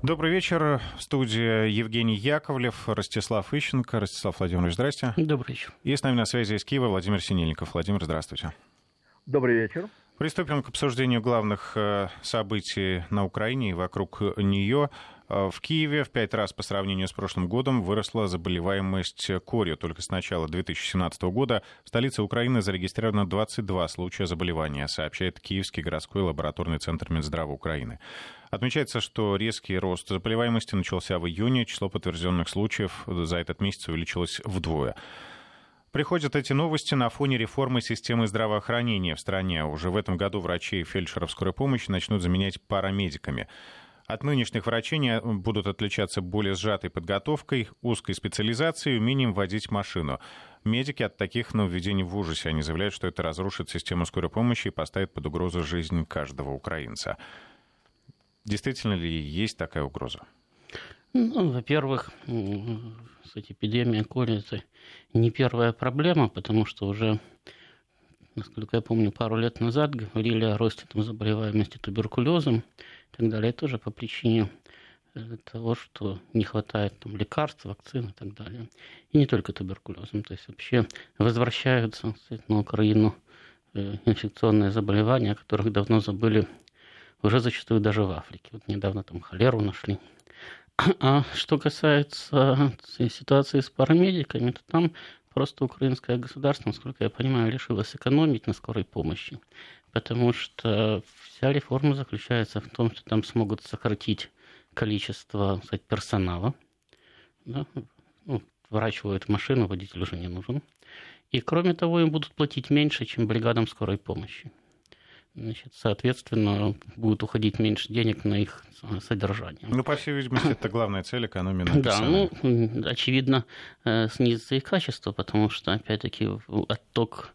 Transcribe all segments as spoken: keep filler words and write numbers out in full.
Добрый вечер. В студии Евгений Яковлев, Ростислав Ищенко. Ростислав Владимирович, здрасте. Добрый вечер. И с нами на связи из Киева Владимир Синельников. Владимир, здравствуйте. Добрый вечер. Приступим к обсуждению главных событий на Украине и вокруг нее. В Киеве в пять раз по сравнению с прошлым годом выросла заболеваемость корью. Только с начала две тысячи семнадцатого года в столице Украины зарегистрировано двадцать два случая заболевания, сообщает Киевский городской лабораторный центр Минздрава Украины. Отмечается, что резкий рост заболеваемости начался в июне. Число подтвержденных случаев за этот месяц увеличилось вдвое. Приходят эти новости на фоне реформы системы здравоохранения в стране. Уже в этом году врачей и фельдшеров скорой помощи начнут заменять парамедиками. От нынешних врачей будут отличаться более сжатой подготовкой, узкой специализацией и умением водить машину. Медики от таких нововведений в ужасе. Они заявляют, что это разрушит систему скорой помощи и поставит под угрозу жизнь каждого украинца. Действительно ли есть такая угроза? Ну, во-первых, кстати, эпидемия кори – это не первая проблема, потому что уже, насколько я помню, пару лет назад говорили о росте там, заболеваемости туберкулезом и так далее. Это тоже по причине того, что не хватает там, лекарств, вакцин и так далее. И не только туберкулезом. То есть вообще возвращаются кстати, на Украину инфекционные заболевания, о которых давно забыли уже зачастую даже в Африке. Вот недавно там холеру нашли. А что касается ситуации с парамедиками, то там просто украинское государство, насколько я понимаю, решилось экономить на скорой помощи, потому что вся реформа заключается в том, что там смогут сократить количество, кстати, персонала. Да? Ну, вворачивают машину, водитель уже не нужен. И кроме того, им будут платить меньше, чем бригадам скорой помощи. Значит, соответственно, будет уходить меньше денег на их содержание. Ну, по всей видимости, это главная цель экономии на персонале. Да, ну, очевидно, снизится их качество, потому что, опять-таки, отток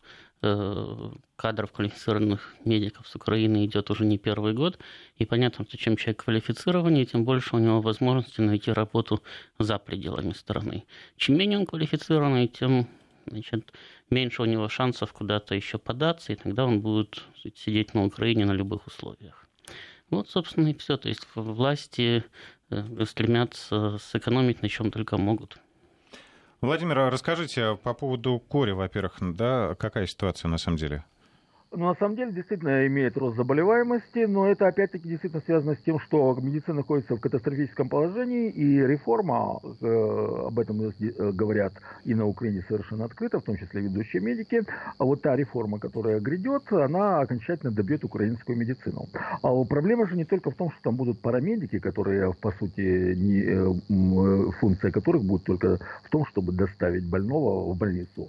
кадров квалифицированных медиков с Украины идет уже не первый год, и понятно, что чем человек квалифицированнее, тем больше у него возможности найти работу за пределами страны. Чем менее он квалифицированный, тем... Значит, меньше у него шансов куда-то еще податься, и тогда он будет сидеть на Украине на любых условиях. Вот, собственно, и все. То есть власти стремятся сэкономить на чем только могут. Владимир, а расскажите по поводу кори, во-первых, да, какая ситуация на самом деле? Ну, на самом деле, действительно имеет рост заболеваемости, но это опять-таки действительно связано с тем, что медицина находится в катастрофическом положении, и реформа, э, об этом говорят и на Украине совершенно открыто, в том числе ведущие медики, а вот та реформа, которая грядет, она окончательно добьет украинскую медицину. А проблема же не только в том, что там будут парамедики, которые, по сути, не, э, функция которых будет только в том, чтобы доставить больного в больницу,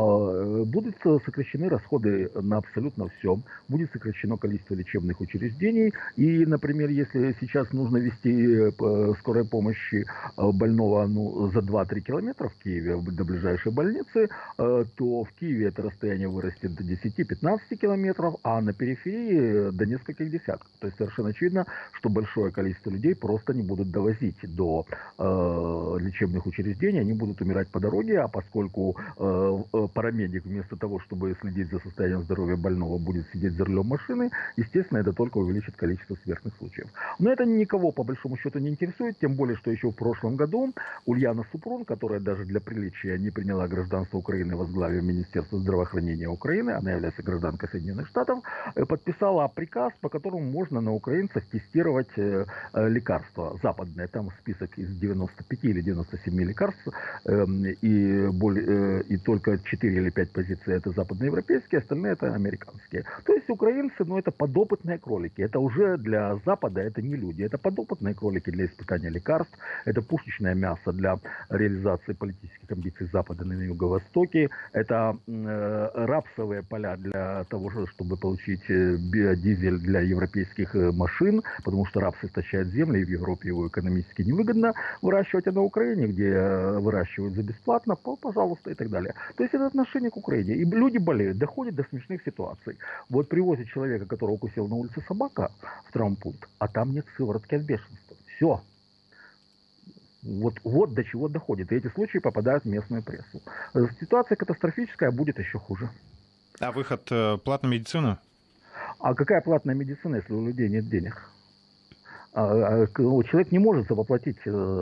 а будут сокращены расходы на абсолютно на всем, будет сокращено количество лечебных учреждений. И, например, если сейчас нужно вести скорой помощи больного ну, за два-три километра в Киеве до ближайшей больницы, то в Киеве это расстояние вырастет до десяти-пятнадцати километров, а на периферии до нескольких десятков. То есть совершенно очевидно, что большое количество людей просто не будут довозить до э, лечебных учреждений, они будут умирать по дороге, а поскольку э, парамедик вместо того, чтобы следить за состоянием здоровья больного, будет сидеть за рулем машины, естественно, это только увеличит количество смертных случаев. Но это никого, по большому счету, не интересует, тем более, что еще в прошлом году Ульяна Супрун, которая даже для приличия не приняла гражданство Украины, возглавив Министерство здравоохранения Украины, она является гражданкой Соединенных Штатов, подписала приказ, по которому можно на украинцах тестировать лекарства западные. Там список из девяноста пяти или девяноста семи лекарств, и, более, и только четыре или пять позиций это западноевропейские, остальные это американские. То есть украинцы, ну, это подопытные кролики. Это уже для Запада, это не люди. Это подопытные кролики для испытания лекарств. Это пушечное мясо для реализации политических амбиций Запада на Юго-Востоке. Это э, рапсовые поля для того, чтобы получить биодизель для европейских машин, потому что рапс истощает землю, и в Европе его экономически невыгодно выращивать, а на Украине, где выращивают за бесплатно, пожалуйста, и так далее. То есть это отношение к Украине. И люди болеют, доходят до смешных ситуаций. Вот привозят человека, которого укусила на улице собака, в травмпункт, а там нет сыворотки от бешенства. Все. Вот, вот до чего доходит. И эти случаи попадают в местную прессу. Ситуация катастрофическая, будет еще хуже. А выход э, платной медицины? А какая платная медицина, если у людей нет денег? Человек не может воплотить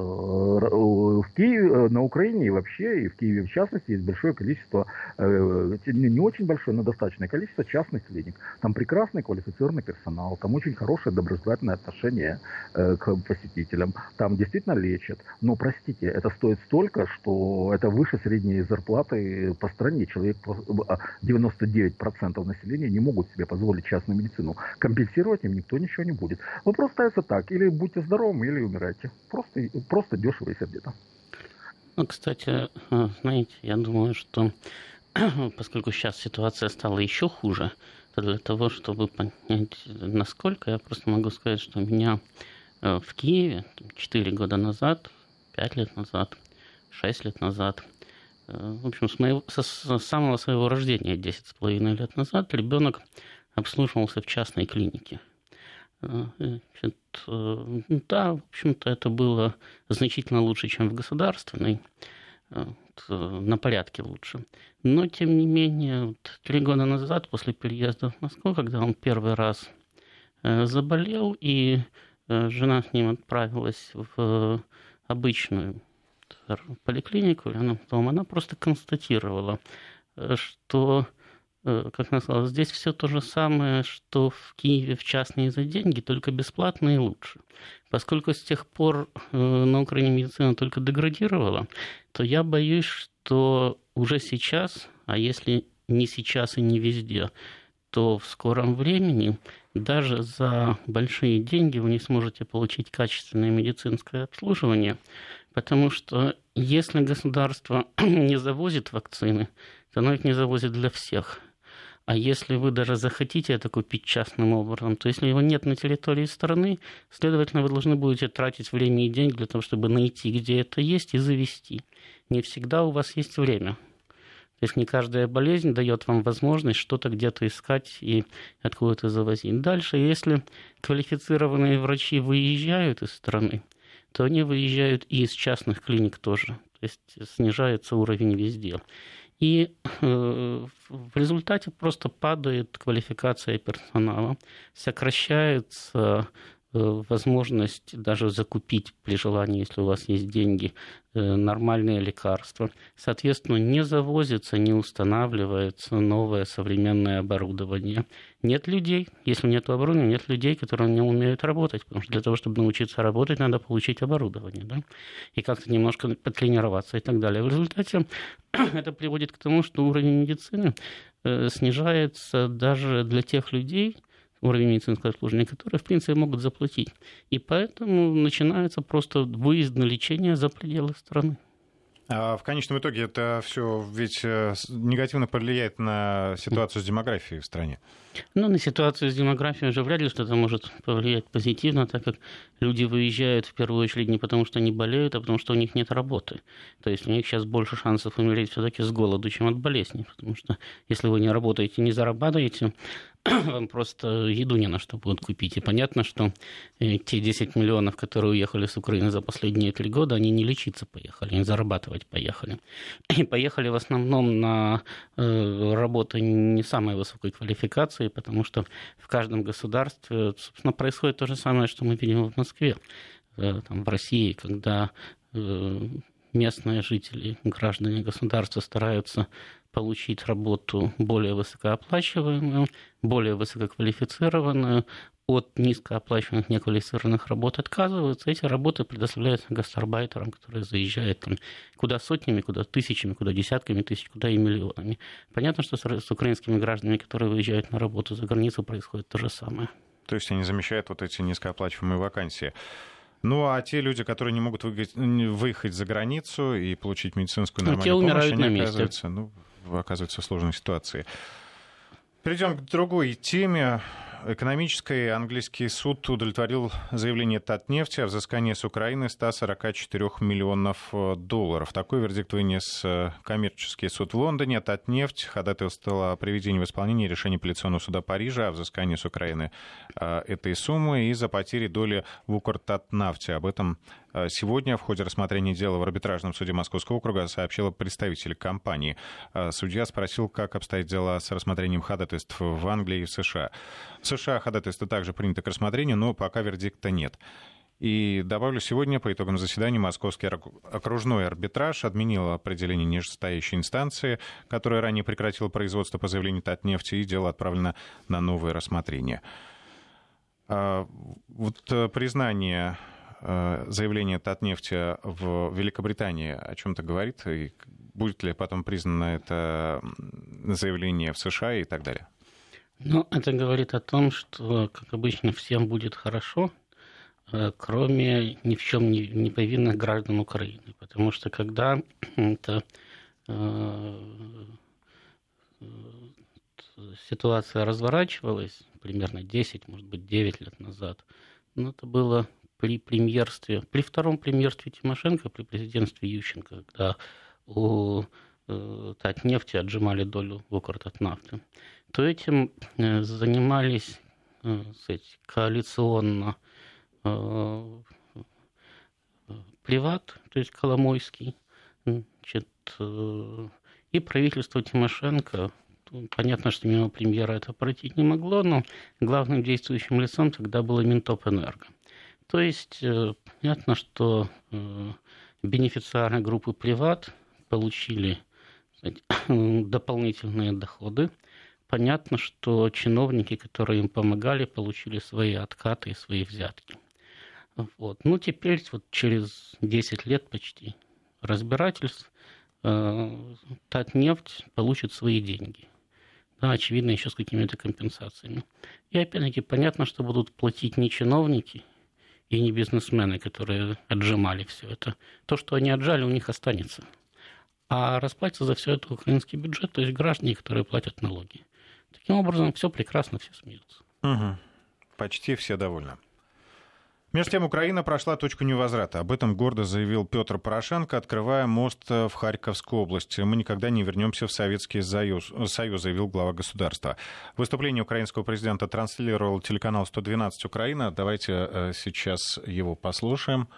в Киеве, на Украине и вообще, и в Киеве в частности, есть большое количество, не очень большое, но достаточное количество частных клиник. Там прекрасный квалифицированный персонал, там очень хорошее доброжелательное отношение к посетителям, там действительно лечат. Но, простите, это стоит столько, что это выше средней зарплаты по стране. Человек, девяносто девять процентов населения не могут себе позволить частную медицину. Компенсировать им никто ничего не будет. Вопрос ставится так. Или будьте здоровы, или умирайте. Просто, просто дешево и сердито. Ну, кстати, знаете, я думаю, что поскольку сейчас ситуация стала еще хуже, то для того, чтобы понять, насколько, я просто могу сказать, что меня в Киеве четыре года назад, пять лет назад, шесть лет назад, в общем, с, моего, с самого своего рождения, десять с половиной лет назад, ребенок обслуживался в частной клинике. Значит, да, в общем-то, это было значительно лучше, чем в государственной, на порядке лучше. Но, тем не менее, вот, три года назад, после переезда в Москву, когда он первый раз заболел, и жена с ним отправилась в обычную поликлинику, она просто констатировала, что, как она сказала, здесь все то же самое, что в Киеве в частные за деньги, только бесплатно и лучше. Поскольку с тех пор на Украине медицина только деградировала, то я боюсь, что уже сейчас, а если не сейчас и не везде, то в скором времени даже за большие деньги вы не сможете получить качественное медицинское обслуживание, потому что если государство не завозит вакцины, то оно их не завозит для всех. А если вы даже захотите это купить частным образом, то если его нет на территории страны, следовательно, вы должны будете тратить время и деньги для того, чтобы найти, где это есть, и завезти. Не всегда у вас есть время. То есть не каждая болезнь дает вам возможность что-то где-то искать и откуда-то завозить. Дальше, если квалифицированные врачи выезжают из страны, то они выезжают и из частных клиник тоже. То есть снижается уровень везде. И э, в результате просто падает квалификация персонала, сокращается э, возможность даже закупить при желании, если у вас есть деньги, э, нормальные лекарства. Соответственно, не завозится, не устанавливается новое современное оборудование. Нет людей, если нет оборудования, нет людей, которые не умеют работать, потому что для того, чтобы научиться работать, надо получить оборудование, да? И как-то немножко потренироваться и так далее. В результате это приводит к тому, что уровень медицины снижается даже для тех людей, уровень медицинского обслуживания, которые, в принципе, могут заплатить. И поэтому начинается просто выезд на лечение за пределы страны. А в конечном итоге это все ведь негативно повлияет на ситуацию с демографией в стране. Ну, на ситуацию с демографией уже вряд ли что-то может повлиять позитивно, так как люди выезжают в первую очередь не потому, что они болеют, а потому, что у них нет работы. То есть у них сейчас больше шансов умереть все-таки с голоду, чем от болезней. Потому что если вы не работаете, не зарабатываете, вам просто еду не на что будут купить. И понятно, что те десять миллионов, которые уехали с Украины за последние три года, они не лечиться поехали, они зарабатывать поехали. И поехали в основном на работу не самой высокой квалификации, потому что в каждом государстве, собственно, происходит то же самое, что мы видим в Москве, там, в России, когда местные жители, граждане государства стараются получить работу более высокооплачиваемую, более высококвалифицированную, от низкооплачиваемых неквалифицированных работ отказываются. Эти работы предоставляются гастарбайтерам, которые заезжают там, куда сотнями, куда тысячами, куда десятками тысяч, куда и миллионами. Понятно, что с украинскими гражданами, которые выезжают на работу за границу, происходит то же самое. То есть они замещают вот эти низкооплачиваемые вакансии. Ну, а те люди, которые не могут выехать за границу и получить медицинскую нормальную ну, помощь, они они оказываются, ну, оказываются в сложной ситуации. Перейдем к другой теме. Экономический. Английский суд удовлетворил заявление Татнефти о взыскании с Украины ста сорока четырёх миллионов долларов. Такой вердикт вынес коммерческий суд в Лондоне. Татнефть ходатайствовала о приведении в исполнение решения апелляционного суда Парижа о взыскании с Украины этой суммы из-за потери доли в Укртатнафте. Об этом сегодня в ходе рассмотрения дела в арбитражном суде Московского округа сообщила представитель компании. Судья спросил, как обстоят дела с рассмотрением ходатайств в Англии и в США. В США США ходатайство также принято к рассмотрению, но пока вердикта нет. И добавлю, сегодня по итогам заседания Московский окружной арбитраж отменил определение нижестоящей инстанции, которая ранее прекратила производство по заявлению Татнефти, и дело отправлено на новое рассмотрение. Вот признание заявления Татнефти в Великобритании о чем-то говорит, и будет ли потом признано это заявление в США и так далее? Ну, это говорит о том, что, как обычно, всем будет хорошо, кроме ни в чем не повинных граждан Украины. Потому что когда эта ситуация разворачивалась, примерно десять, может быть, девять лет назад, ну, это было при премьерстве, при втором премьерстве Тимошенко, при президентстве Ющенко, когда у Татнефти отжимали долю в Укртатнафте, то этим занимались кстати, коалиционно Приват, то есть Коломойский, значит, и правительство Тимошенко. Понятно, что мимо премьера это пройти не могло, но главным действующим лицом тогда было Минтопэнерго. То есть понятно, что бенефициары группы Приват получили, кстати, дополнительные доходы. Понятно, что чиновники, которые им помогали, получили свои откаты и свои взятки. Вот. Ну, теперь, вот через десять лет почти разбирательств, Татнефть получит свои деньги. Да, очевидно, еще с какими-то компенсациями. И опять-таки понятно, что будут платить не чиновники и не бизнесмены, которые отжимали все это. То, что они отжали, у них останется. А расплатится за все это украинский бюджет, то есть граждане, которые платят налоги. Таким образом, все прекрасно, все смеются. Угу. Почти все довольны. Между тем, Украина прошла точку невозврата. Об этом гордо заявил Петр Порошенко, открывая мост в Харьковской области. «Мы никогда не вернемся в Советский Союз», Союз, заявил глава государства. Выступление украинского президента транслировал телеканал сто двенадцать Украина. Давайте сейчас его послушаем.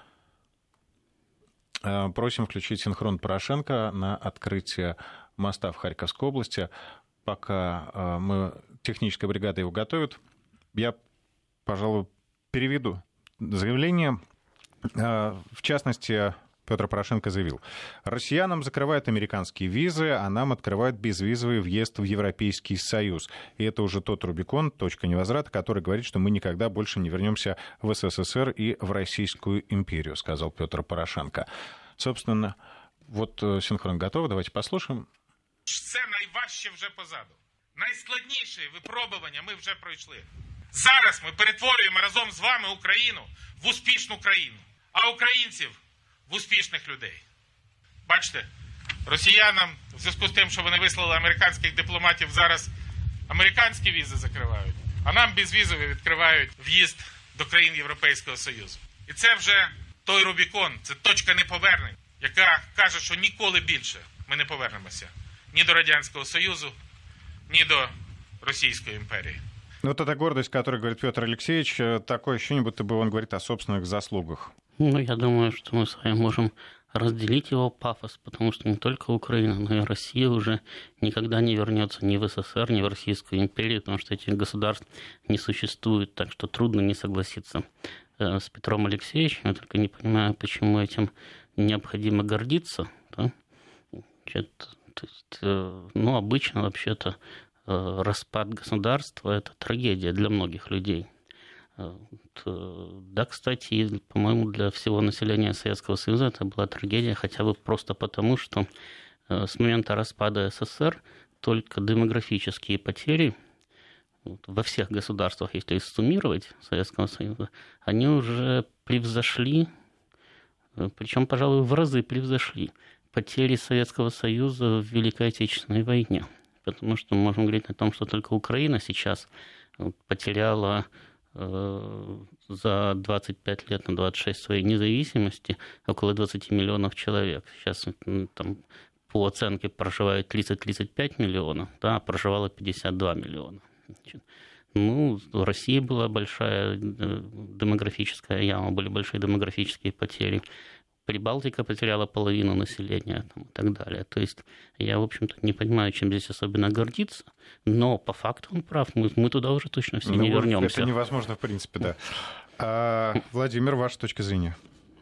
Просим включить синхрон Порошенко на открытие моста в Харьковской области. Пока мы, техническая бригада его готовит, я, пожалуй, переведу заявление. В частности, Петр Порошенко заявил: россиянам закрывают американские визы, а нам открывают безвизовый въезд в Европейский Союз. И это уже тот Рубикон, точка невозврата, который говорит, что мы никогда больше не вернемся в СССР и в Российскую империю, сказал Петр Порошенко. Собственно, вот синхрон готов, давайте послушаем. Це найважче вже позаду. Найскладніше випробування ми вже пройшли. Зараз ми перетворюємо разом з вами Україну в успішну країну, а українців в успішних людей. Бачите, росіянам в зв'язку з тим, що вони вислали американських дипломатів, зараз американські візи закривають, а нам безвізові відкривають в'їзд до країн Європейського Союзу. І це вже той Рубікон, це точка неповернення, яка каже, що ніколи більше ми не повернемося ні до Радянського Союзу, ні до Российской империи. Вот эта гордость, о которой говорит Петр Алексеевич, такое ощущение, будто бы он говорит о собственных заслугах. Ну, я думаю, что мы с вами можем разделить его пафос, потому что не только Украина, но и Россия уже никогда не вернется ни в СССР, ни в Российскую империю, потому что этих государств не существует, так что трудно не согласиться с Петром Алексеевичем. Я только не понимаю, почему этим необходимо гордиться. Да? То есть, ну, обычно вообще-то распад государства – это трагедия для многих людей. Да, кстати, по-моему, для всего населения Советского Союза это была трагедия, хотя бы просто потому, что с момента распада СССР только демографические потери во всех государствах, если суммировать Советского Союза, они уже превзошли, причем, пожалуй, в разы превзошли потери Советского Союза в Великой Отечественной войне. Потому что мы можем говорить о том, что только Украина сейчас потеряла э, за двадцать пять лет на двадцать шесть своей независимости около двадцать миллионов человек. Сейчас там, по оценке проживают тридцать-тридцать пять миллионов, да, а проживало пятьдесят два миллиона. Значит, ну, в России была большая демографическая яма, были большие демографические потери. Прибалтика потеряла половину населения там, и так далее. То есть я, в общем-то, не понимаю, чем здесь особенно гордиться, но по факту он прав. Мы, мы туда уже точно все ну, не вернемся. Это невозможно, в принципе, да. А, Владимир, ваша точка зрения?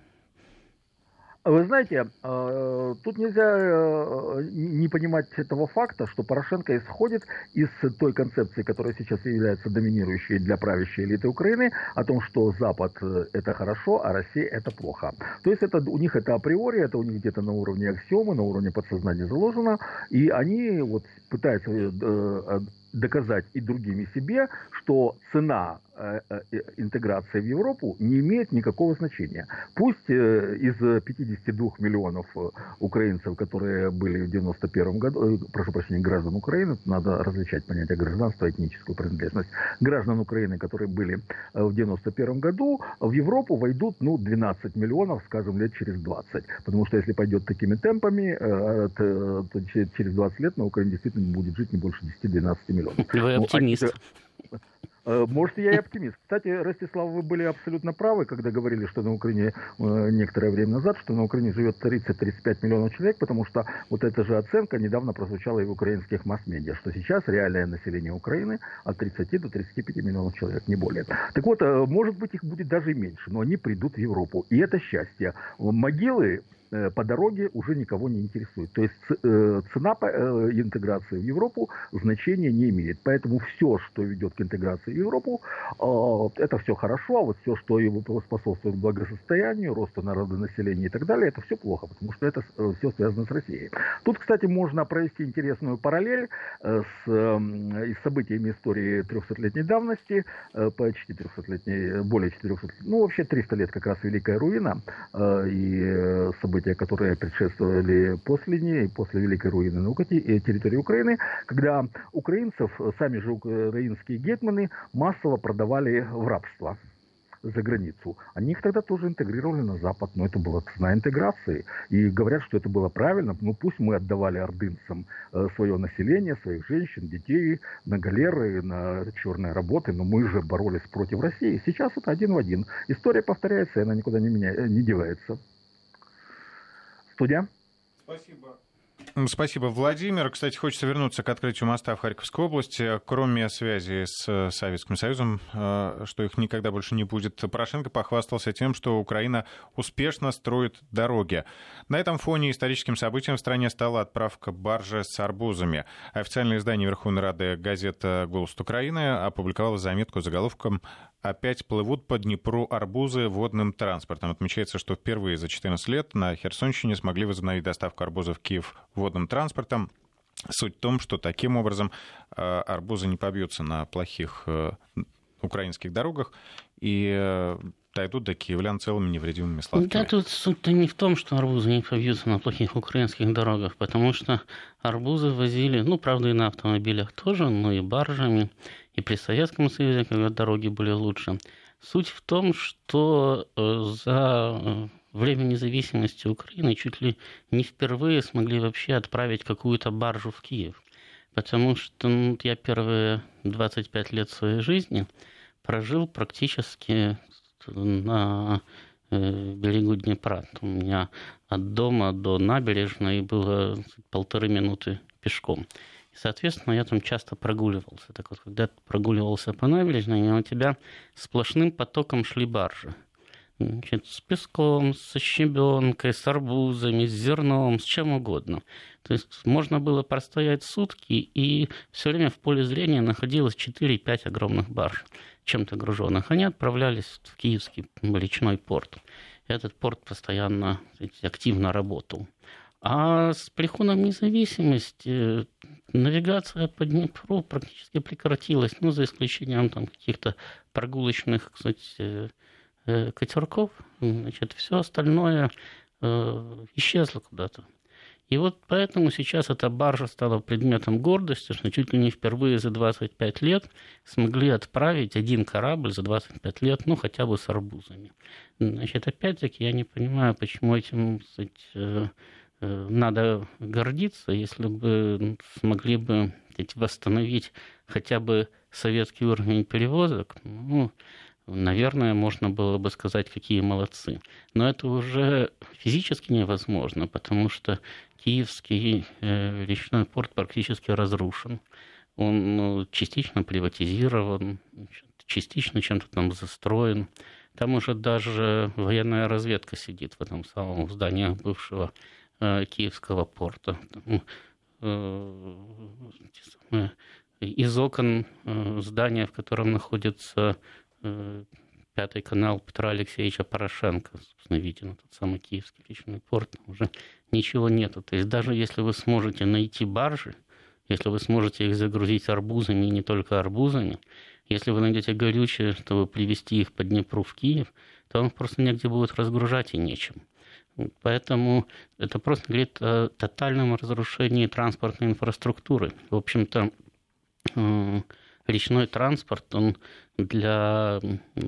Вы знаете, тут нельзя не понимать этого факта, что Порошенко исходит из той концепции, которая сейчас является доминирующей для правящей элиты Украины, о том, что Запад – это хорошо, а Россия – это плохо. То есть это, у них это априори, это у них где-то на уровне аксиомы, на уровне подсознания заложено, и они вот пытаются доказать и другим, и себе, что цена э, э, интеграции в Европу не имеет никакого значения. Пусть э, из пятидесяти двух миллионов украинцев, которые были в девяносто первом году, э, прошу прощения, граждан Украины, надо различать понятие гражданства и этническую принадлежность, граждан Украины, которые были э, в девяносто первом году, в Европу войдут, ну, двенадцать миллионов, скажем, лет через двадцать. Потому что если пойдет такими темпами, э, то, то через двадцать лет на Украине действительно будет жить не больше десяти-двенадцати миллионов. Вы оптимист. Может, я и оптимист. Кстати, Ростислав, вы были абсолютно правы, когда говорили, что на Украине некоторое время назад, что на Украине живет тридцать-тридцать пять миллионов человек, потому что вот эта же оценка недавно прозвучала и в украинских масс-медиа, что сейчас реальное население Украины от тридцати до тридцати пяти миллионов человек, не более. Так вот, может быть, их будет даже и меньше, но они придут в Европу. И это счастье. Могилы по дороге уже никого не интересует. То есть цена интеграции в Европу значения не имеет. Поэтому все, что ведет к интеграции в Европу, это все хорошо, а вот все, что способствует благосостоянию, росту народонаселения и так далее, это все плохо, потому что это все связано с Россией. Тут, кстати, можно провести интересную параллель с, с событиями истории трехсотлетней давности, почти трехсотлетней, более четырехсот, ну вообще триста лет как раз Великая руина и события, которые предшествовали после ней, после Великой руины на территории Украины, когда украинцев, сами же украинские гетманы, массово продавали в рабство за границу. Они их тогда тоже интегрировали на Запад, но это была цена интеграции. И говорят, что это было правильно. Ну пусть мы отдавали ордынцам свое население, своих женщин, детей на галеры, на черные работы, но мы же боролись против России. Сейчас это один в один. История повторяется, и она никуда не, меня, не девается. Студия. Спасибо. Спасибо, Владимир. Кстати, хочется вернуться к открытию моста в Харьковской области. Кроме связи с Советским Союзом, что их никогда больше не будет, Порошенко похвастался тем, что Украина успешно строит дороги. На этом фоне историческим событием в стране стала отправка баржи с арбузами. Официальное издание Верховной Рады газета «Голос Украины» опубликовало заметку с заголовком «Опять плывут по Днепру арбузы водным транспортом». Отмечается, что впервые за четырнадцать лет на Херсонщине смогли возобновить доставку арбузов в Киев водным транспортом. Суть в том, что таким образом арбузы не побьются на плохих украинских дорогах и дойдут до киевлян целыми невредимыми сладкими. Да, тут суть-то не в том, что арбузы не побьются на плохих украинских дорогах, потому что арбузы возили, ну, правда, и на автомобилях тоже, но и баржами, и при Советском Союзе, когда дороги были лучше. Суть в том, что за время независимости Украины чуть ли не впервые смогли вообще отправить какую-то баржу в Киев. Потому что ну, я первые двадцать пять лет своей жизни прожил практически на берегу Днепра. У меня от дома до набережной было полторы минуты пешком. И, соответственно, я там часто прогуливался. Так вот, когда ты прогуливался по набережной, у тебя сплошным потоком шли баржи. Значит, с песком, со щебенкой, с арбузами, с зерном, с чем угодно. То есть можно было простоять сутки, и все время в поле зрения находилось четыре-пять огромных барж, чем-то груженных. Они отправлялись в Киевский речной порт. Этот порт постоянно, знаете, активно работал. А с приходом независимости навигация по Днепру практически прекратилась, ну, за исключением там каких-то прогулочных, кстати, катерков. Значит, все остальное э, исчезло куда-то. И вот поэтому сейчас эта баржа стала предметом гордости, что чуть ли не впервые за двадцать пять лет смогли отправить один корабль за двадцать пять лет, ну, хотя бы с арбузами. Значит, опять-таки, я не понимаю, почему этим, кстати, э, э, надо гордиться, если бы смогли бы, кстати, восстановить хотя бы советский уровень перевозок. Ну, наверное, можно было бы сказать, какие молодцы. Но это уже физически невозможно, потому что Киевский э, речной порт практически разрушен. Он ну, частично приватизирован, частично чем-то там застроен. Там уже даже военная разведка сидит в этом самом здании бывшего э, Киевского порта. Там, э, из окон э, здания, в котором находится э, пятый канал Петра Алексеевича Порошенко, собственно, виден тот самый Киевский речной порт, уже ничего нету. То есть даже если вы сможете найти баржи, если вы сможете их загрузить арбузами и не только арбузами, если вы найдете горючее, чтобы привезти их по Днепру в Киев, то вам просто негде будет разгружать и нечем. Поэтому это просто говорит о тотальном разрушении транспортной инфраструктуры. В общем-то, речной транспорт, он для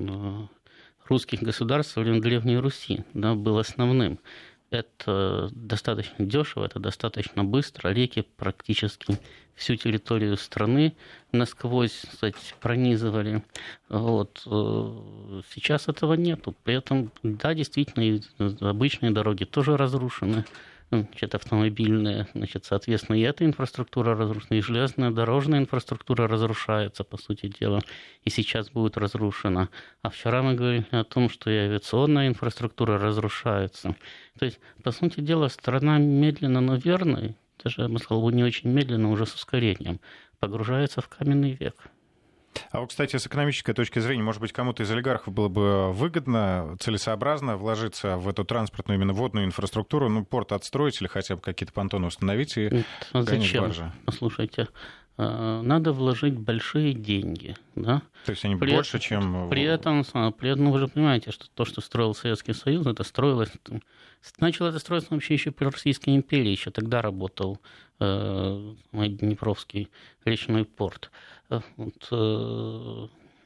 русских государств во время Древней Руси, да, был основным. Это достаточно дешево, это достаточно быстро. Реки практически всю территорию страны насквозь, кстати, пронизывали. Вот. Сейчас этого нету. При этом, да, действительно, и обычные дороги тоже разрушены. Значит, автомобильная, значит, соответственно, и эта инфраструктура разрушена, и железная дорожная инфраструктура разрушается, по сути дела, и сейчас будет разрушена. А вчера мы говорили о том, что и авиационная инфраструктура разрушается. То есть, по сути дела, страна медленно, но верно, даже, я бы сказал, не очень медленно, уже с ускорением, погружается в каменный век. А вот, кстати, с экономической точки зрения, может быть, кому-то из олигархов было бы выгодно, целесообразно вложиться в эту транспортную, именно водную инфраструктуру, ну, порт отстроить или хотя бы какие-то понтоны установить и а гонять зачем? баржи? Послушайте, надо вложить большие деньги, да? То есть они при больше, этом, чем... При этом, при этом, ну, вы же понимаете, что то, что строил Советский Союз, это строилось... Начало это строиться вообще еще при Российской империи, еще тогда работал э, Днепровский речной порт. Вот, э,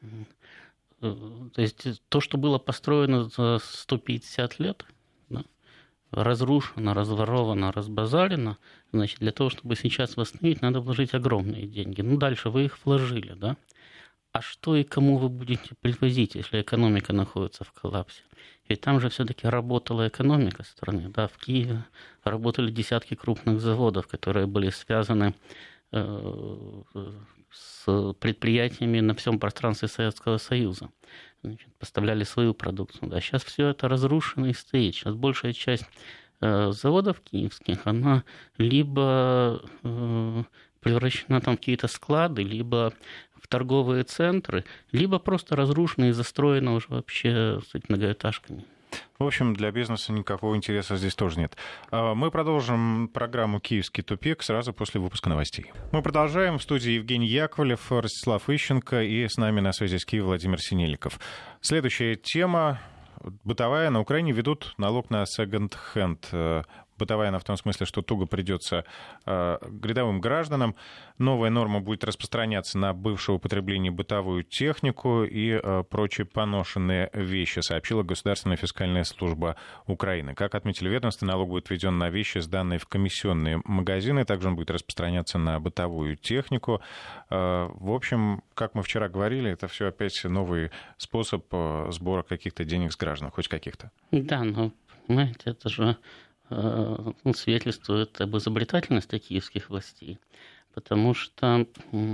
э, то есть то, что было построено за сто пятьдесят лет, да, разрушено, разворовано, разбазарено, значит, для того, чтобы сейчас восстановить, надо вложить огромные деньги. Ну, дальше вы их вложили, да? А что и кому вы будете привозить, если экономика находится в коллапсе? Ведь там же все-таки работала экономика страны. Да, в Киеве работали десятки крупных заводов, которые были связаны э, с предприятиями на всем пространстве Советского Союза. Значит, поставляли свою продукцию. Да, сейчас все это разрушено и стоит. Сейчас большая часть э, заводов киевских, она либо э, превращена там в какие-то склады, либо в торговые центры, либо просто разрушена и застроена уже вообще, кстати, многоэтажками. В общем, для бизнеса никакого интереса здесь тоже нет. Мы продолжим программу «Киевский тупик» сразу после выпуска новостей. Мы продолжаем. В студии Евгений Яковлев, Ростислав Ищенко и с нами на связи с Киевом Владимир Синельников. Следующая тема. Бытовая. На Украине ведут налог на секонд-хенд. Бытовая она в том смысле, что туго придется э, рядовым гражданам. Новая норма будет распространяться на бывшее употребление бытовую технику и э, прочие поношенные вещи, сообщила Государственная фискальная служба Украины. Как отметили ведомство, налог будет введен на вещи, сданные в комиссионные магазины. Также он будет распространяться на бытовую технику. Э, в общем, как мы вчера говорили, это все опять новый способ э, сбора каких-то денег с граждан, хоть каких-то. Да, но, понимаете, это же... Ну, свидетельствует об изобретательности киевских властей, потому что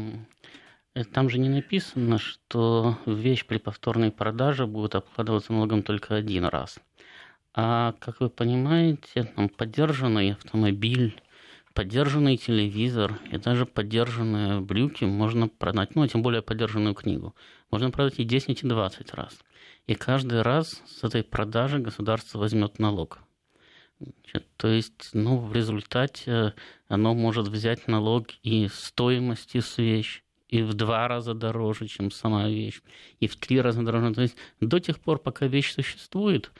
там же не написано, что вещь при повторной продаже будет обкладываться налогом только один раз. А, как вы понимаете, там подержанный автомобиль, подержанный телевизор и даже подержанные брюки можно продать, ну, а тем более подержанную книгу, можно продать и десять, и двадцать раз. И каждый раз с этой продажи государство возьмет налог. Значит, то есть, ну, в результате оно может взять налог и стоимости с вещи, и в два раза дороже, чем сама вещь, и в три раза дороже. То есть до тех пор, пока вещь существует,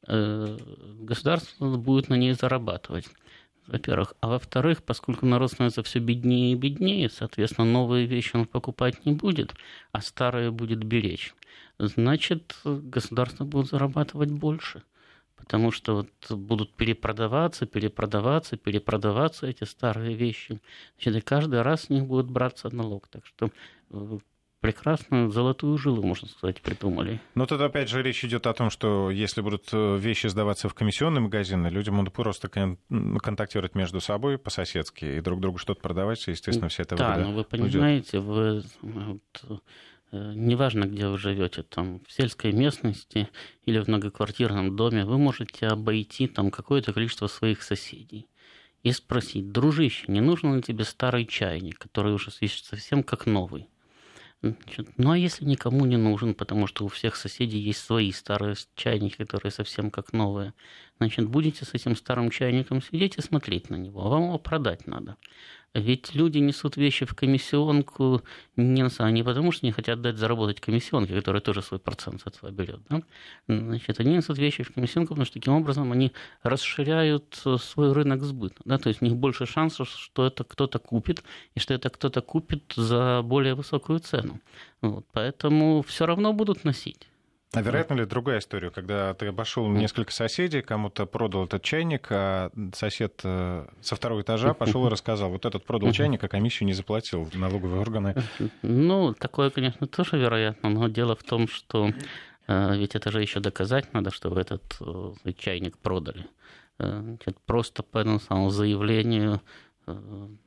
государство будет на ней зарабатывать, во-первых. А во-вторых, поскольку народ становится все беднее и беднее, соответственно, новые вещи он покупать не будет, а старые будет беречь. Значит, государство будет зарабатывать больше. Потому что вот будут перепродаваться, перепродаваться, перепродаваться эти старые вещи. Значит, и каждый раз с них будет браться налог. Так что прекрасную золотую жилу, можно сказать, придумали. Но тут опять же речь идет о том, что если будут вещи сдаваться в комиссионные магазины, люди будут просто кон- контактировать между собой по-соседски и друг другу что-то продавать, и, естественно, все это Да, выгода но вы уйдет. понимаете, вы, вот, неважно, где вы живете, там, в сельской местности или в многоквартирном доме, вы можете обойти там какое-то количество своих соседей и спросить: дружище, не нужен ли тебе старый чайник, который уже совсем как новый? Значит, ну а если никому не нужен, потому что у всех соседей есть свои старые чайники, которые совсем как новые, значит, будете с этим старым чайником сидеть и смотреть на него, а вам его продать надо. Ведь люди несут вещи в комиссионку не, на, не потому, что не хотят дать заработать комиссионке, которая тоже свой процент с этого берет. Да? Значит, они несут вещи в комиссионку, потому что таким образом они расширяют свой рынок сбыта. Да? То есть у них больше шансов, что это кто-то купит, и что это кто-то купит за более высокую цену. Вот. Поэтому все равно будут носить. А вероятно ли другая история, когда ты обошел несколько соседей, кому-то продал этот чайник, а сосед со второго этажа пошел и рассказал: вот этот продал чайник, а комиссию не заплатил в налоговые органы? Ну, такое, конечно, тоже вероятно, но дело в том, что э, ведь это же еще доказать надо, что вы этот э, чайник продали. Э, значит, просто по этому самому заявлению... Э,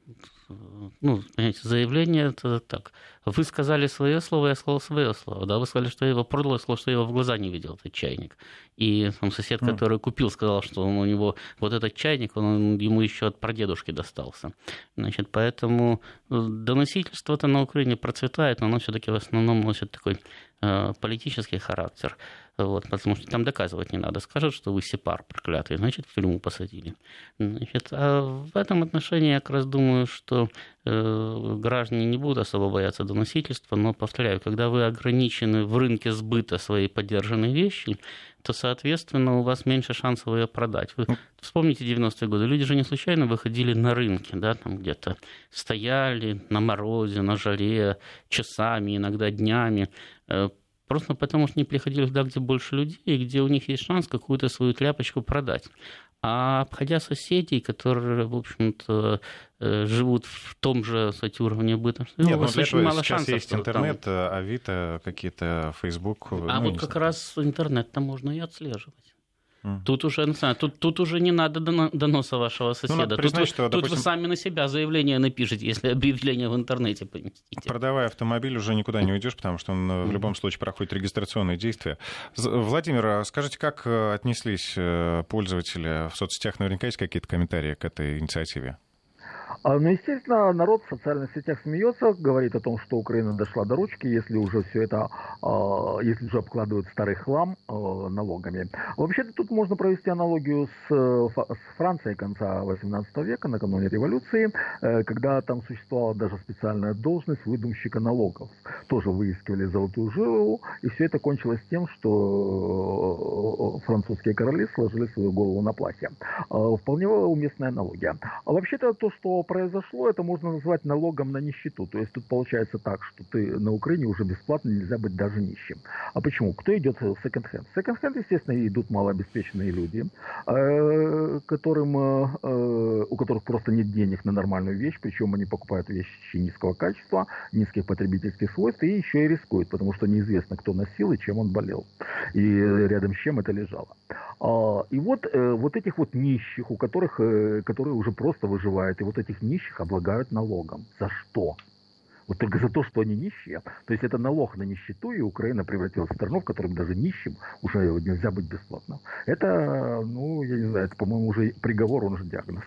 Ну, понимаете, заявление это так. Вы сказали свое слово, я сказал свое слово. Да, вы сказали, что я его продал, я сказал, что я его в глаза не видел, этот чайник. И там сосед, который купил, сказал, что он, у него вот этот чайник, он ему еще от прадедушки достался. Значит, поэтому доносительство-то на Украине процветает, но оно все-таки в основном носит такой э, политический характер. Вот, потому что там доказывать не надо. Скажут, что вы сепар проклятый, значит, в тюрьму посадили. Значит, а в этом отношении я как раз думаю, что э, граждане не будут особо бояться доносительства, но, повторяю, когда вы ограничены в рынке сбыта своей подержанной вещи, то, соответственно, у вас меньше шансов ее продать. Вы вспомните девяностые годы. Люди же не случайно выходили на рынки, да, там где-то стояли на морозе, на жаре, часами, иногда днями, э, просто потому что не приходили туда, где больше людей, и где у них есть шанс какую-то свою тряпочку продать. А обходя соседей, которые, в общем-то, живут в том же, кстати, уровне быта, Нет, у вас ну, очень мало сейчас шансов. есть интернет, там... Авито, какие-то Facebook. А ну, вот как знаю. раз интернет-то можно и отслеживать. Тут уже, не знаю, тут, тут уже не надо доноса вашего соседа. Ну, признать, тут, что, тут допустим... вы сами на себя заявление напишите, если объявление в интернете поместите. Продавая автомобиль, уже никуда не уйдешь, потому что он в любом случае проходит регистрационные действия. Владимир, скажите, как отнеслись пользователи в соцсетях? Наверняка есть какие-то комментарии к этой инициативе? Ну, естественно, народ в социальных сетях смеется, говорит о том, что Украина дошла до ручки, если уже все это, если уже обкладывают старый хлам налогами. Вообще-то тут можно провести аналогию с, с Францией конца восемнадцатого века, накануне революции, когда там существовала даже специальная должность выдумщика налогов. Тоже выискивали золотую жилу, и все это кончилось тем, что французские короли сложили свою голову на плахе. Вполне уместная аналогия. А вообще-то то, что произошло, это можно назвать налогом на нищету. То есть тут получается так, что ты на Украине уже бесплатно нельзя быть даже нищим. А почему? Кто идет в секонд-хенд? В секонд-хенд, естественно, идут малообеспеченные люди, которым, у которых просто нет денег на нормальную вещь, причем они покупают вещи низкого качества, низких потребительских свойств, и еще и рискуют, потому что неизвестно, кто носил и чем он болел, и рядом с чем это лежало. И вот, вот этих вот нищих, у которых, которые уже просто выживают, и вот этих нищих облагают налогом. За что? Вот только за то, что они нищие. То есть это налог на нищету, и Украина превратилась в страну, в которой даже нищим уже нельзя быть бесплатно. Это, ну, я не знаю, это, по-моему, уже приговор, он же диагноз.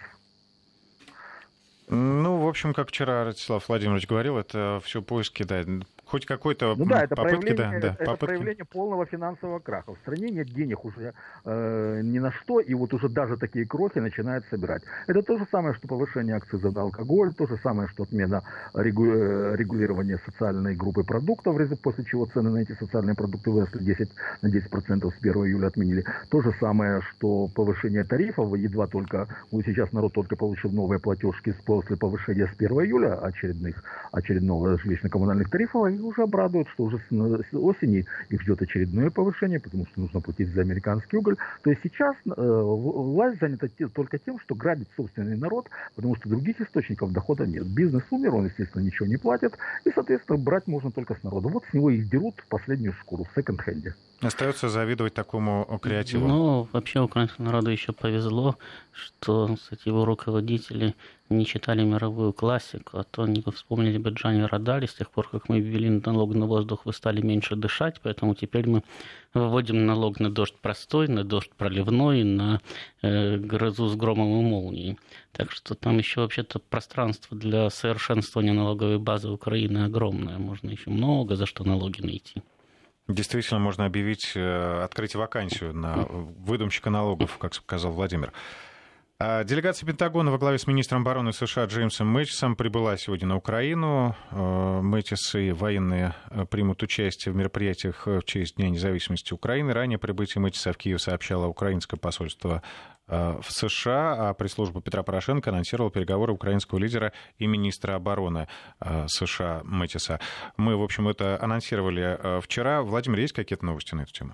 Ну, в общем, как вчера Ростислав Владимирович говорил, это все поиски, да, хоть какой-то ну, да, это попытки, да, да, это попытки. проявление полного финансового краха. В стране нет денег уже э, ни на что, и вот уже даже такие крохи начинают собирать. Это то же самое, что повышение акциза на алкоголь, то же самое, что отмена регу... регулирования социальной группы продуктов, после чего цены на эти социальные продукты выросли десять на десять процентов с первого июля отменили. То же самое, что повышение тарифов, едва только, вот сейчас народ только получил новые платежки после повышения с первого июля очередных, очередного жилищно-коммунальных тарифов, уже обрадует, что уже с осени их ждет очередное повышение, потому что нужно платить за американский уголь. То есть сейчас э, власть занята только тем, что грабит собственный народ, потому что других источников дохода нет. Бизнес умер, он, естественно, ничего не платит, и, соответственно, брать можно только с народа. Вот с него их дерут в последнюю шкуру, в секонд-хенде. Остается завидовать такому креативу. Ну, вообще украинскому народу еще повезло, что, кстати, его руководители не читали мировую классику, а то они бы вспомнили бы Джани Родали. С тех пор, как мы ввели налог на воздух, вы стали меньше дышать, поэтому теперь мы выводим налог на дождь простой, на дождь проливной, на э, грозу с громом и молнией. Так что там еще вообще-то пространство для совершенствования налоговой базы Украины огромное. Можно еще много за что налоги найти. Действительно, можно объявить, открыть вакансию на выдумщика налогов, как сказал Владимир. Делегация Пентагона во главе с министром обороны США Джеймсом Мэттисом прибыла сегодня на Украину. Мэттис и военные примут участие в мероприятиях в честь Дня независимости Украины. Ранее прибытие Мэттиса в Киев сообщало украинское посольство в США, а пресс-служба Петра Порошенко анонсировала переговоры украинского лидера и министра обороны США Мэттиса. Мы, в общем, это анонсировали вчера. Владимир, есть какие-то новости на эту тему?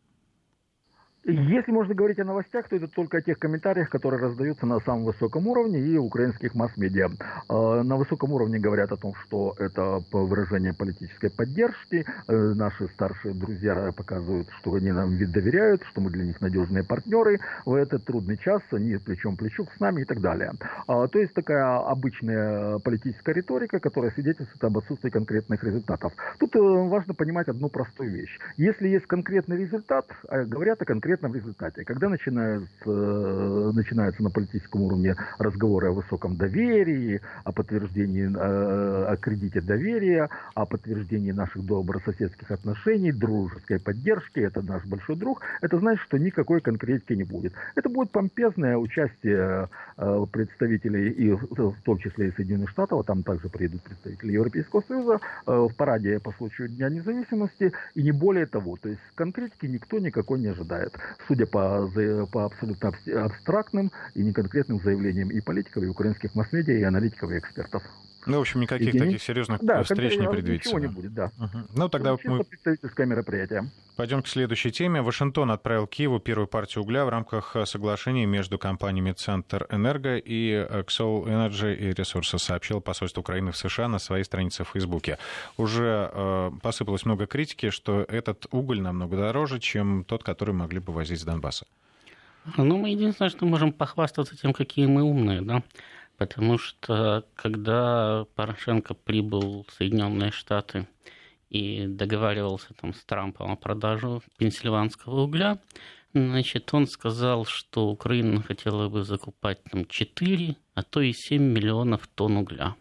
Если можно говорить о новостях, то это только о тех комментариях, которые раздаются на самом высоком уровне и украинских масс-медиа. На высоком уровне говорят о том, что это выражение политической поддержки. Наши старшие друзья показывают, что они нам доверяют, что мы для них надежные партнеры. В этот трудный час они плечом к плечу с нами и так далее. То есть такая обычная политическая риторика, которая свидетельствует об отсутствии конкретных результатов. Тут важно понимать одну простую вещь. Если есть конкретный результат, говорят о конкретном в результате. Когда начинаются, начинаются на политическом уровне разговоры о высоком доверии, о подтверждении, о кредите доверия, о подтверждении наших добрососедских отношений, дружеской поддержки, это наш большой друг, это значит, что никакой конкретики не будет. Это будет помпезное участие представителей, и в том числе и Соединенных Штатов, а там также приедут представители Европейского Союза, в параде по случаю Дня независимости, и не более того. То есть конкретики никто никакой не ожидает. Судя по, по абсолютно абстрактным и неконкретным заявлениям и политиков, и украинских масс-медиа, и аналитиков, и экспертов. Ну, в общем, никаких и таких серьезных да, встреч не предвидится. Ничего не будет, да. Угу. Ну, тогда чисто мы представительское мероприятие. Пойдем к следующей теме. Вашингтон отправил Киеву первую партию угля в рамках соглашения между компаниями Центр Энерго и Xcel Energy и Resources, сообщил посольство Украины в США на своей странице в Фейсбуке. Уже э, посыпалось много критики, что этот уголь намного дороже, чем тот, который могли бы возить с Донбасса. Ну, мы единственное, что можем похвастаться тем, какие мы умные, да. Потому что, когда Порошенко прибыл в Соединенные Штаты и договаривался там с Трампом о продаже пенсильванского угля, значит, он сказал, что Украина хотела бы закупать там четыре, а то и семь миллионов тонн угля.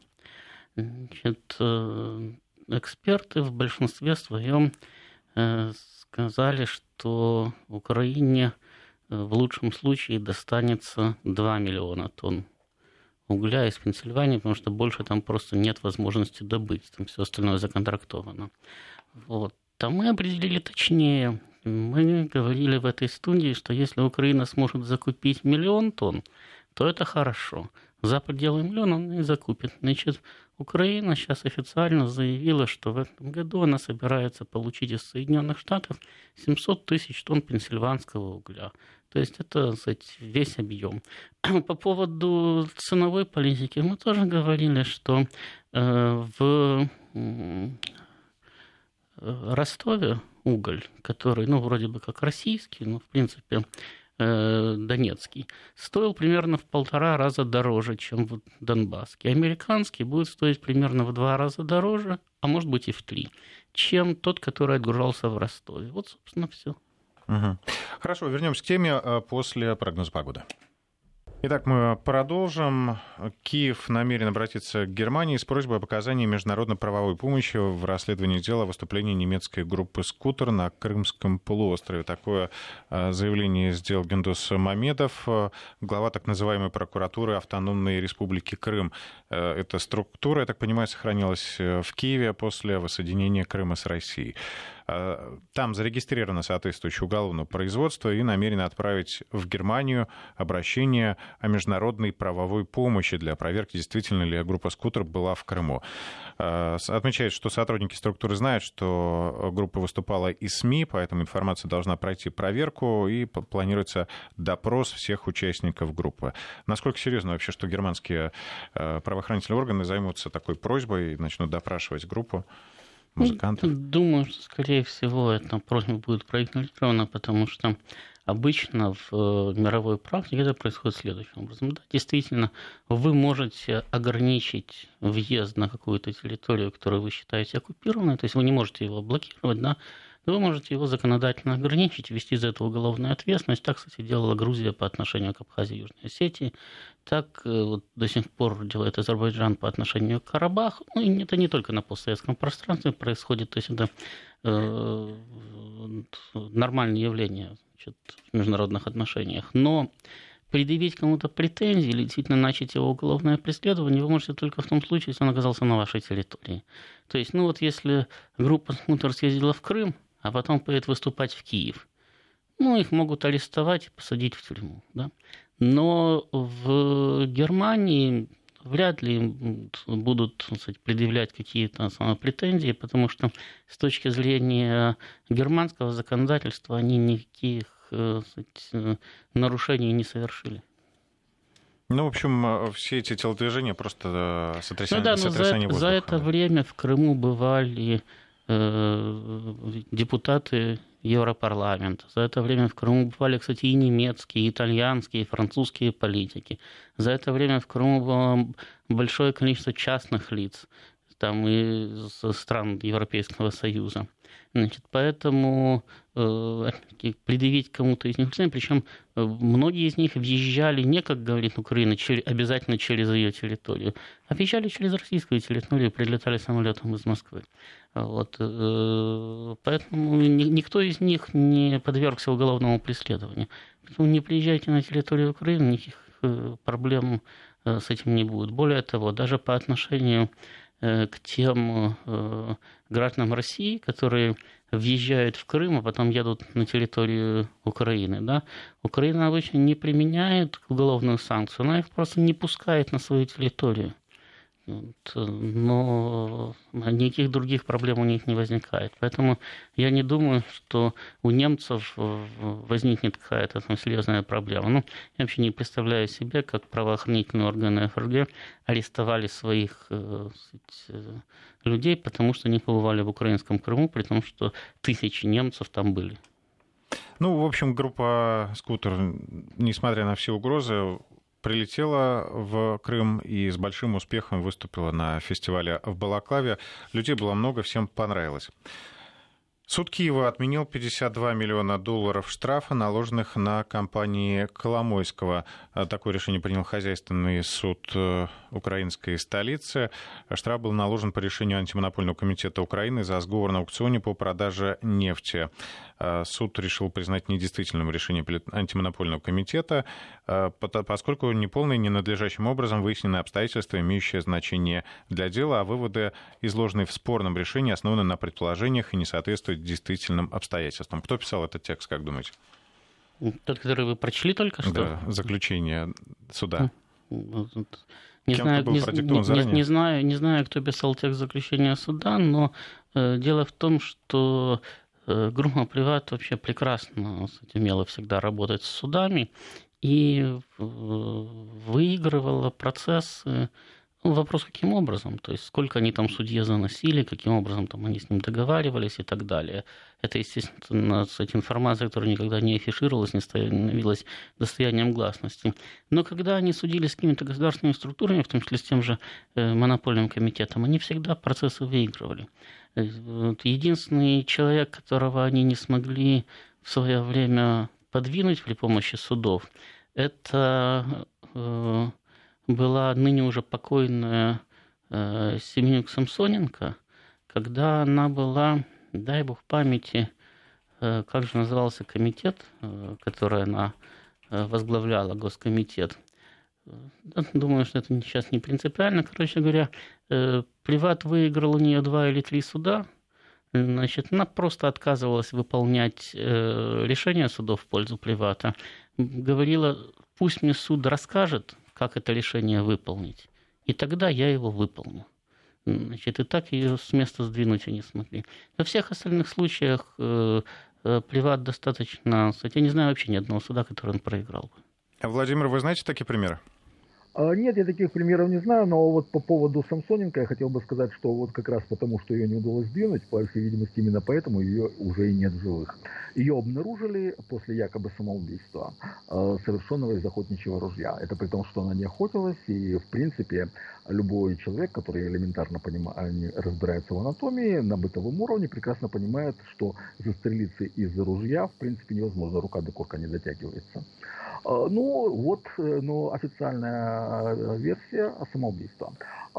Значит, эксперты в большинстве своем сказали, что Украине в лучшем случае достанется два миллиона тонн угля из Пенсильвании, потому что больше там просто нет возможности добыть, там все остальное законтрактовано. Вот. А мы определили точнее. Мы говорили в этой студии, что если Украина сможет закупить миллион тонн, то это хорошо. За пределы миллиона он не закупит. Значит, Украина сейчас официально заявила, что в этом году она собирается получить из Соединенных Штатов семьсот тысяч тонн пенсильванского угля. То есть это, так сказать, весь объем. По поводу ценовой политики мы тоже говорили, что э, в э, Ростове уголь, который, ну, вроде бы как российский, но, в принципе, э, донецкий, стоил примерно в полтора раза дороже, чем в Донбасский. Американский будет стоить примерно в два раза дороже, а может быть и в три, чем тот, который отгружался в Ростове. Вот, собственно, все. Угу. Хорошо, вернемся к теме после прогноза погоды. Итак, мы продолжим. Киев намерен обратиться к Германии с просьбой об оказании международно-правовой помощи в расследовании дела о выступлении немецкой группы «Скутер» на Крымском полуострове. Такое заявление сделал Гендос Мамедов, глава так называемой прокуратуры Автономной Республики Крым. Эта структура, я так понимаю, сохранилась в Киеве после воссоединения Крыма с Россией. Там зарегистрировано соответствующее уголовное производство и намерены отправить в Германию обращение о международной правовой помощи для проверки, действительно ли группа «Скутер» была в Крыму. Отмечает, что сотрудники структуры знают, что группа выступала из СМИ, поэтому информация должна пройти проверку, и планируется допрос всех участников группы. Насколько серьезно вообще, что германские правоохранительные органы займутся такой просьбой и начнут допрашивать группу музыкантов? Думаю, что, скорее всего, эта просьба будет проигнорирована, потому что обычно в мировой практике это происходит следующим образом. Да, действительно, вы можете ограничить въезд на какую-то территорию, которую вы считаете оккупированной, то есть вы не можете его блокировать, да, но вы можете его законодательно ограничить, ввести за это уголовную ответственность. Так, кстати, делала Грузия по отношению к Абхазии и Южной Осетии. Так вот, до сих пор делает Азербайджан по отношению к Карабаху. Ну, и это не только на постсоветском пространстве происходит, то есть это э, нормальное явление, значит, в международных отношениях. Но предъявить кому-то претензии или действительно начать его уголовное преследование вы можете только в том случае, если он оказался на вашей территории. То есть, ну вот если группа «Скутер» съездила в Крым, а потом поедет выступать в Киев, ну, их могут арестовать и посадить в тюрьму, да? Но в Германии вряд ли будут, так сказать, предъявлять какие-то претензии, потому что с точки зрения германского законодательства они никаких, так сказать, нарушений не совершили. Ну, в общем, все эти телодвижения просто сотрясание, ну, да, сотрясание за, воздуха. За это время в Крыму бывали э, депутаты Европарламента. За это время в Крыму бывали, кстати, и немецкие, и итальянские, и французские политики. За это время в Крыму было большое количество частных лиц, там и из стран Европейского Союза. Значит, поэтому э, предъявить кому-то из них, причем э, многие из них въезжали не, как говорит Украина, чер- обязательно через ее территорию, а въезжали через российскую территорию, прилетали самолетом из Москвы. Вот, э, поэтому ни, никто из них не подвергся уголовному преследованию. Поэтому не приезжайте на территорию Украины, никаких э, проблем э, с этим не будет. Более того, даже по отношению к тем э, гражданам России, которые въезжают в Крым, а потом едут на территорию Украины. Да? Украина обычно не применяет уголовную санкцию, она их просто не пускает на свою территорию. Но никаких других проблем у них не возникает. Поэтому я не думаю, что у немцев возникнет какая-то там серьезная проблема. Ну, я вообще не представляю себе, как правоохранительные органы ФРГ арестовали своих э, сказать, людей, потому что они побывали в украинском Крыму, при том, что тысячи немцев там были. Ну, в общем, группа «Скутер», несмотря на все угрозы, прилетела в Крым и с большим успехом выступила на фестивале в Балаклаве. Людей было много, всем понравилось. Суд Киева отменил пятьдесят два миллиона долларов штрафа, наложенных на компании Коломойского. Такое решение принял хозяйственный суд украинской столицы. Штраф был наложен по решению Антимонопольного комитета Украины за сговор на аукционе по продаже нефти. Суд решил признать недействительным решение Антимонопольного комитета, поскольку неполно и ненадлежащим образом выяснены обстоятельства, имеющие значение для дела, а выводы, изложенные в спорном решении, основаны на предположениях и не соответствуют действительным обстоятельствам. Кто писал этот текст, как думаете? Тот, который вы прочли только что? Да, заключение суда. Не знаю, не, не, не, знаю, не знаю, кто писал текст заключения суда, но э, дело в том, что э, группа «Приват» вообще прекрасно умела всегда работать с судами и э, выигрывала процессы. Ну, вопрос, каким образом, то есть сколько они там судье заносили, каким образом там они с ним договаривались и так далее. Это, естественно, кстати, информация, которая никогда не афишировалась, не становилась достоянием гласности. Но когда они судили с какими-то государственными структурами, в том числе с тем же монопольным комитетом, они всегда процессы выигрывали. Единственный человек, которого они не смогли в свое время подвинуть при помощи судов, это была ныне уже покойная э, Семенюк Самсоненко, когда она была, дай бог памяти, э, как же назывался комитет, э, который она э, возглавляла, Госкомитет. Думаю, что это сейчас не принципиально. Короче говоря, э, Приват выиграл у нее два или три суда Значит, она просто отказывалась выполнять э, решения судов в пользу Плевата. Говорила, пусть мне суд расскажет, как это решение выполнить, и тогда я его выполню. Значит, и так ее с места сдвинуть и не смогли. Во всех остальных случаях э, э, Плеват достаточно... Кстати, я не знаю вообще ни одного суда, который он проиграл бы. А, Владимир, вы знаете такие примеры? Нет, я таких примеров не знаю, но вот по поводу Самсоненко я хотел бы сказать, что вот как раз потому, что ее не удалось сдвинуть, по всей видимости, именно поэтому ее уже и нет в живых. Ее обнаружили после якобы самоубийства, совершенного из охотничьего ружья. Это при том, что она не охотилась, и в принципе любой человек, который элементарно понимает, разбирается в анатомии, на бытовом уровне прекрасно понимает, что застрелиться из ружья в принципе невозможно, рука до курка не дотягивается. Ну, вот, ну, официальная версия самоубийства.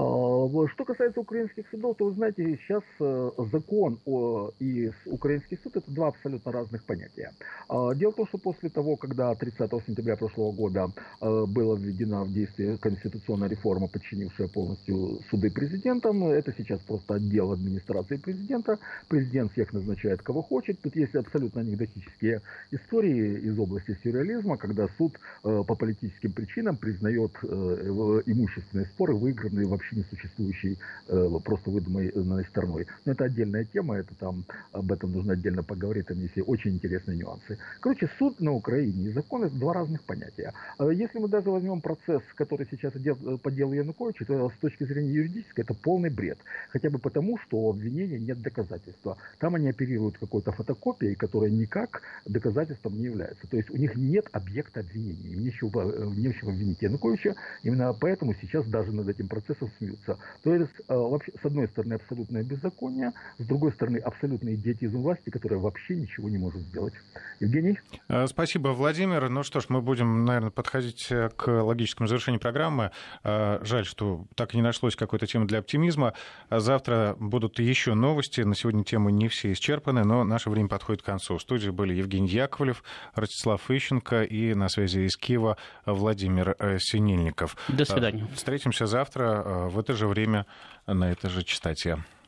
Что касается украинских судов, то вы знаете, сейчас закон о, и украинский суд — это два абсолютно разных понятия. Дело в том, что после того, когда тридцатого сентября прошлого года была введена в действие конституционная реформа, подчинившая полностью суды президентам, это сейчас просто отдел администрации президента. Президент всех назначает, кого хочет. Тут есть абсолютно анекдотические истории из области сюрреализма, когда суд по политическим причинам признает имущественные споры, выигранные в вообще несуществующей, просто выдуманной стороной. Но это отдельная тема, это там, об этом нужно отдельно поговорить, там есть очень интересные нюансы. Короче, суд на Украине и закон — это два разных понятия. Если мы даже возьмем процесс, который сейчас идет по делу Януковича, то с точки зрения юридической это полный бред. Хотя бы потому, что у обвинения нет доказательства. Там они оперируют какой-то фотокопией, которая никак доказательством не является. То есть у них нет объекта обвинения, им нечего, нечего обвинить Януковича. Именно поэтому сейчас даже над этим процессом смеются. То есть, вообще, с одной стороны, абсолютное беззаконие, с другой стороны, абсолютный идиотизм власти, которая вообще ничего не может сделать. Евгений? Спасибо, Владимир. Ну что ж, мы будем, наверное, подходить к логическому завершению программы. Жаль, что так и не нашлось какой-то темы для оптимизма. Завтра будут еще новости. На сегодня темы не все исчерпаны, но наше время подходит к концу. В студии были Евгений Яковлев, Ростислав Ищенко и на связи из Киева Владимир Синельников. До свидания. Встретимся завтра в это же время на этой же частоте.